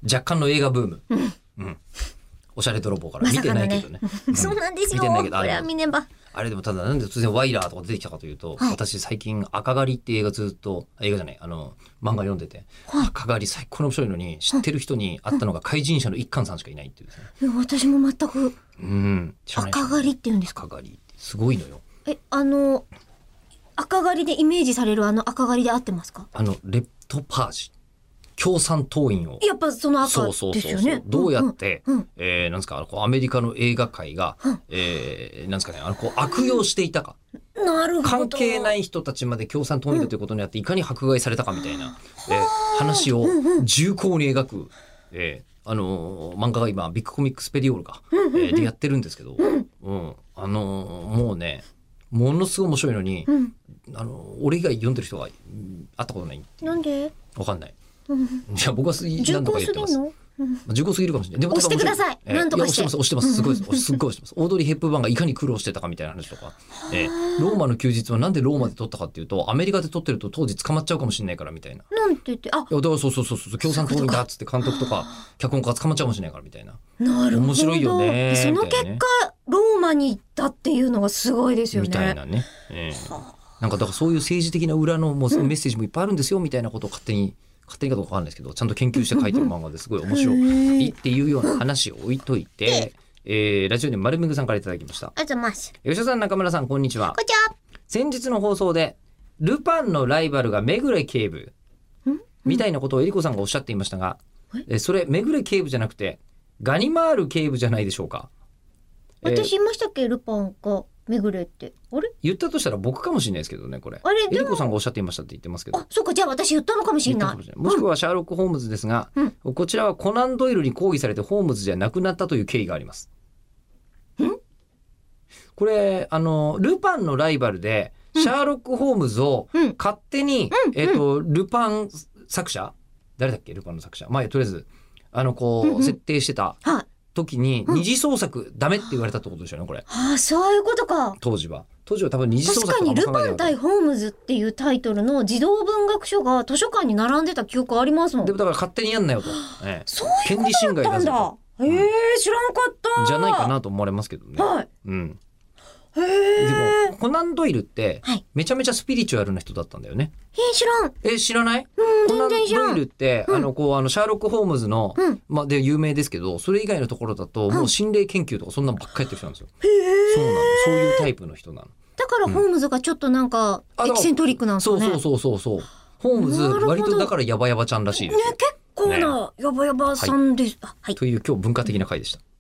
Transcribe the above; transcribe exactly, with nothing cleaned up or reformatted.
若干の映画ブーム、うんうん、おしゃれ泥棒から見てないけどね、 まさかのねそうなんですよ、 見てないけど、 これは見ねば。 あれでもただなんで突然ワイラーとか出てきたかというと、はい、私最近赤狩りって映画ずっと映画じゃないあの漫画読んでて、はい、赤狩り最高の面白いのに知ってる人に会ったのが怪人者の一貫さんしかいないっていうですね、 いや私も全く、 うん、 赤狩りって言うんですか。 赤狩りってすごいのよ。 えあの赤狩りでイメージされるあの赤狩りで合ってますか。あのレプトパージ共産党員をやっぱその赤ですよね。そうそうそうそう、 どうやって、うんうん、えー、なんですかこうアメリカの映画界が、うん、えー、なんですかねあのこう悪用していたか、 なるほど、 関係ない人たちまで共産党員だということによっていかに迫害されたかみたいな、うん、えー、話を重厚に描く、えー、あのー、漫画が今ビッグコミックスペディオールか、うんうんうん、えー、でやってるんですけど、うんうん、あのー、もうねものすごい面白いのに、うん、あのー、俺以外読んでる人が会ったことないっていう。 なんでわかんない。いや僕は何とか言ってます。重厚すぎるかもしれない。でも押してください。えー、なんとかして。 押してます。押してます。すごいです。すごい押してます。オードリー・ヘップバーンがいかに苦労してたかみたいな話とか。えー、ローマの休日はなんでローマで撮ったかっていうと、アメリカで撮ってると当時捕まっちゃうかもしれないからみたいな。 なんて言って、あ、 いやだからそうそうそうそう共産党員だっつって監督とか脚本家が捕まっちゃうかもしれないからみたいな。 なるほど。 面白いよね。 その結果、ね、ローマに行ったっていうのがすごいですよね。 みたいなね。えー、なんかだからそういう政治的な裏のもうメッセージもいっぱいあるんですよみたいなことを勝手に。勝手にかどうかわかんないですけどちゃんと研究して書いてる漫画ですごい面白いっていうような話を置いといて、えー、ラジオネーム丸めぐさんからいただきました。 ありがとうございます。 吉田さん中村さんこんにちは。 こんにちは。 先日の放送でルパンのライバルが目暮警部みたいなことをえりこさんがおっしゃっていましたが、えそれ目暮警部じゃなくてガニマール警部じゃないでしょうか。 私言いましたっけ、ルパンかめぐれってあれ言ったとしたら僕かもしれないですけどねこれ。 あれえりこさんがおっしゃっていましたって言ってますけど。 あ、そうかじゃあ私言ったのかもしれない。 もしもしくはシャーロック・ホームズですが、うん、こちらはコナン・ドイルに抗議されてホームズじゃなくなったという経緯があります。 んこれあのルパンのライバルでシャーロック・ホームズを勝手に、うん、えーと、ルパン作者誰だっけルパンの作者まあとりあえずあのこう、うんうん、設定してた、はい時に二次創作ダメって言われたってことでしょうねこれ。 ああそういうことか。 当時は当時は多分二次創作確かにルパン対ホームズっていうタイトルの児童文学書が図書館に並んでた記憶ありますもん。 でもだから勝手にやんなよと、ええ、 そういうことだったんだ。へえ、うん、知らんかったじゃないかなと思われますけどね。 はい、 うん、 へえ。 でもコナンドイルってめちゃめちゃスピリチュアルな人だったんだよね。 えー、知らん。 え知らない？ うん、 コナン全然知らん。 ドイルって、うん、あのこうあのシャーロック・ホームズの、 うん、 まあで有名ですけどそれ以外のところだと、うん、もう心霊研究とかそんなのばっかりやってる人なんですよ。 へえ。 そうなのそういうタイプの人なの。 だからホームズがちょっとなんかエキセントリックなんですかね。 そうそうそうそうそう。ホームズ割とだからヤバヤバちゃんらしいですよ。 ね結構なヤバヤバさんです。 はい、という今日文化的な回でした。